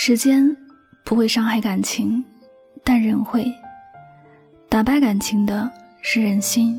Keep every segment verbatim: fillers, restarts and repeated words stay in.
时间不会伤害感情，但人会。打败感情的是人心。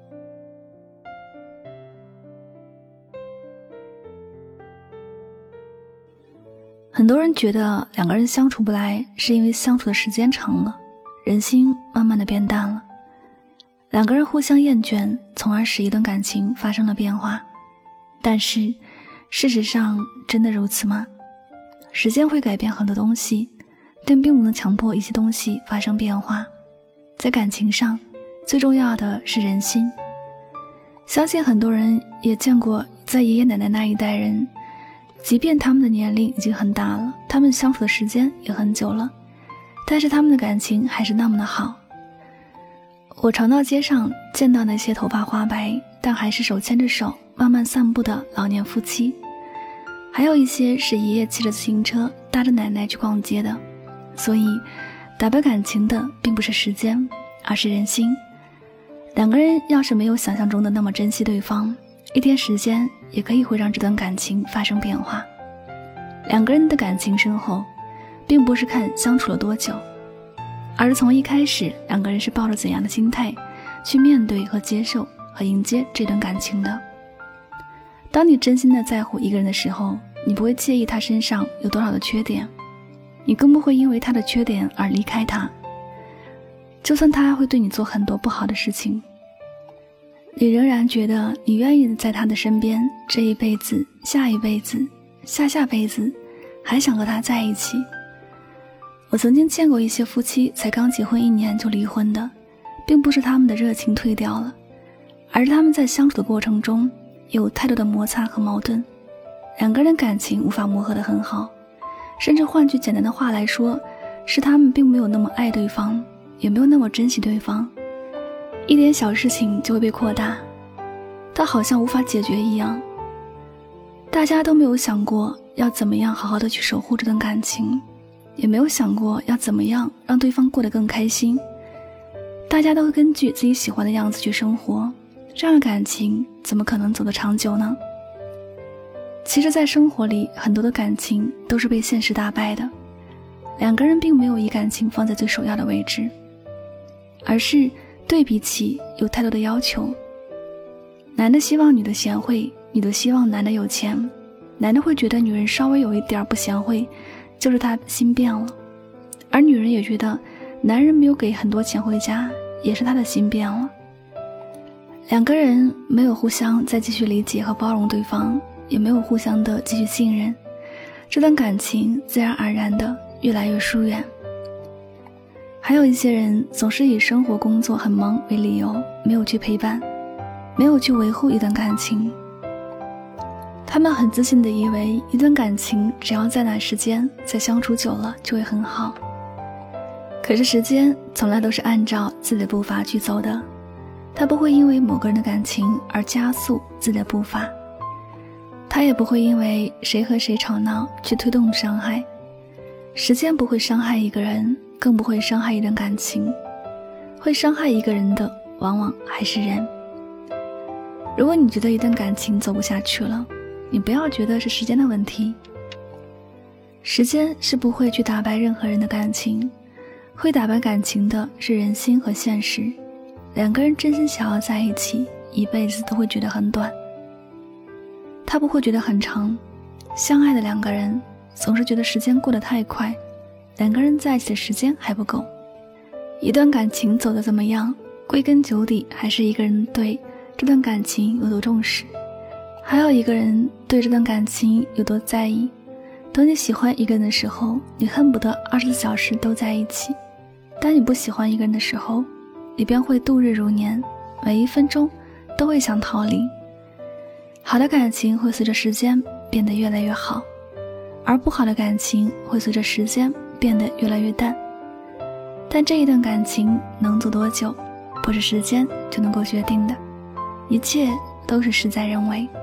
很多人觉得两个人相处不来，是因为相处的时间长了，人心慢慢的变淡了。两个人互相厌倦，从而使一段感情发生了变化。但是事实上真的如此吗？时间会改变很多东西，但并不能强迫一些东西发生变化。在感情上，最重要的是人心。相信很多人也见过，在爷爷奶奶那一代人，即便他们的年龄已经很大了，他们相处的时间也很久了，但是他们的感情还是那么的好。我常到街上见到那些头发花白，但还是手牵着手慢慢散步的老年夫妻，还有一些是爷爷骑着自行车搭着奶奶去逛街的。所以打败感情的并不是时间，而是人心。两个人要是没有想象中的那么珍惜对方，一天时间也可以会让这段感情发生变化。两个人的感情深厚，并不是看相处了多久，而是从一开始两个人是抱着怎样的心态去面对和接受和迎接这段感情的。当你真心的在乎一个人的时候，你不会介意他身上有多少的缺点，你更不会因为他的缺点而离开他。就算他会对你做很多不好的事情，你仍然觉得你愿意在他的身边，这一辈子、下一辈子、下下辈子，还想和他在一起。我曾经见过一些夫妻才刚结婚一年就离婚的，并不是他们的热情退掉了，而是他们在相处的过程中有太多的摩擦和矛盾，两个人感情无法磨合得很好，甚至换句简单的话来说，是他们并没有那么爱对方，也没有那么珍惜对方，一点小事情就会被扩大，它好像无法解决一样。大家都没有想过要怎么样好好的去守护这段感情，也没有想过要怎么样让对方过得更开心。大家都会根据自己喜欢的样子去生活，这样的感情怎么可能走得长久呢？其实在生活里，很多的感情都是被现实打败的。两个人并没有以感情放在最首要的位置，而是对比起有太多的要求。男的希望女的贤惠，女的希望男的有钱，男的会觉得女人稍微有一点不贤惠就是他心变了，而女人也觉得男人没有给很多钱回家也是他的心变了。两个人没有互相再继续理解和包容对方，也没有互相的继续信任，这段感情自然而然的越来越疏远。还有一些人总是以生活工作很忙为理由，没有去陪伴，没有去维护一段感情。他们很自信地以为一段感情只要在那时间再相处久了就会很好，可是时间从来都是按照自己的步伐去走的，他不会因为某个人的感情而加速自己的步伐，他也不会因为谁和谁吵闹去推动伤害。时间不会伤害一个人，更不会伤害一段感情，会伤害一个人的往往还是人。如果你觉得一段感情走不下去了，你不要觉得是时间的问题。时间是不会去打败任何人的感情，会打败感情的是人心和现实。两个人真心想要在一起，一辈子都会觉得很短，他不会觉得很长。相爱的两个人总是觉得时间过得太快，两个人在一起的时间还不够。一段感情走得怎么样，归根究底还是一个人对这段感情有多重视，还有一个人对这段感情有多在意。当你喜欢一个人的时候，你恨不得二十四小时都在一起；当你不喜欢一个人的时候，你便会度日如年，每一分钟都会想逃离。好的感情会随着时间变得越来越好，而不好的感情会随着时间变得越来越淡。但这一段感情能走多久，不是时间就能够决定的，一切都是事在人为。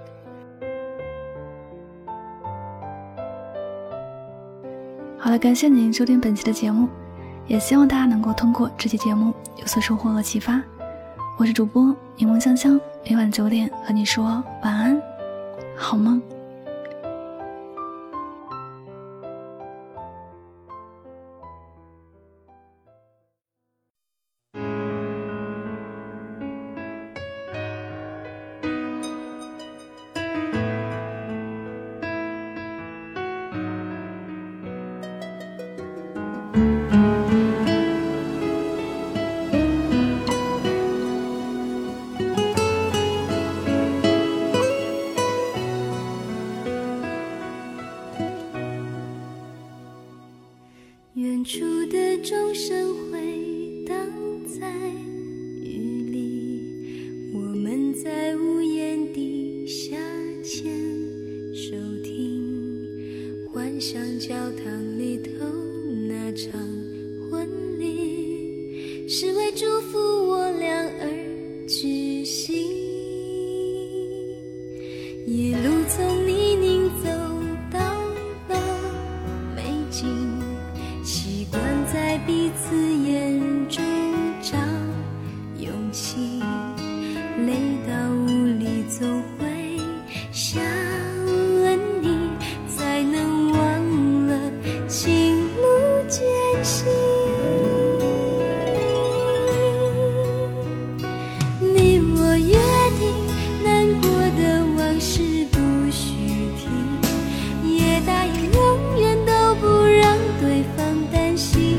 好了，感谢您收听本期的节目，也希望大家能够通过这期节目有所收获和启发。我是主播柠檬香香，每晚九点和你说晚安，好梦。 教堂里头那场婚礼，是为祝福我俩而举行。一路从泥泞走到了美景，习惯在彼此眼中找勇气，累到无力总会想问你，才能忘了情路艰辛。你我约定难过的往事不许提，也答应永远都不让对方担心，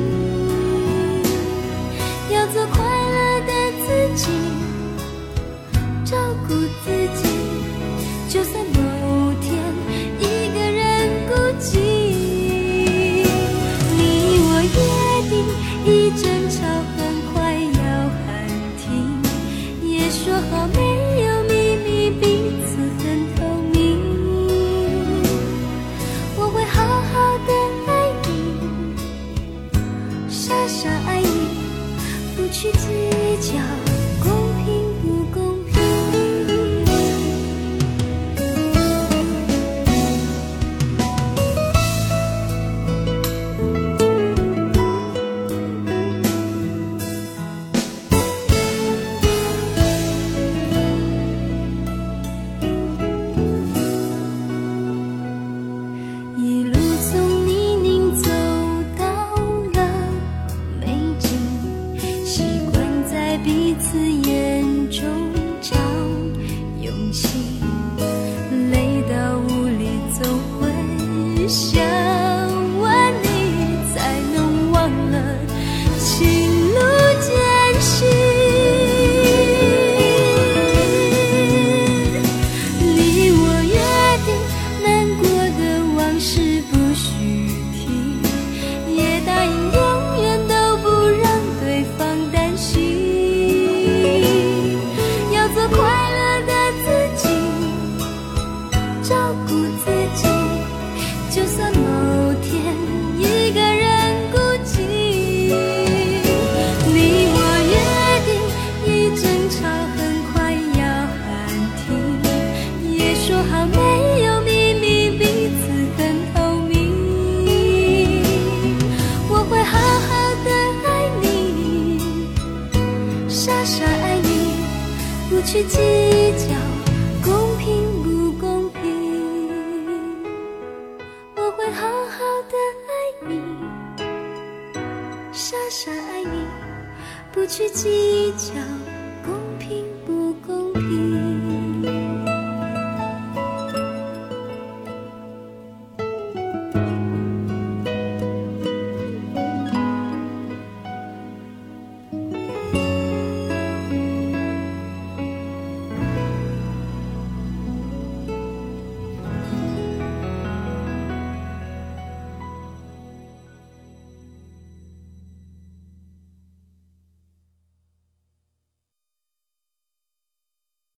要做快乐的自己，照顾自己，就算某天一个人孤寂。你我约定一争吵很快要喊停，也说好没有秘密，彼此很透明。我会好好的爱你，傻傻爱你，不去计较公平不公平。一路从泥泞走到了美景，习惯在彼此眼中找勇气，累到无力总会想问你，才能忘了情路艰辛。你我约定难过的往事不许提，也答应永远都不让对方担心，要做快乐的自己，照顾自己，就算某天一个人孤寂。你我约定一争吵很快要喊停，也说好没有秘密，彼此很透明。我会好好的爱你，傻傻爱你，不去计较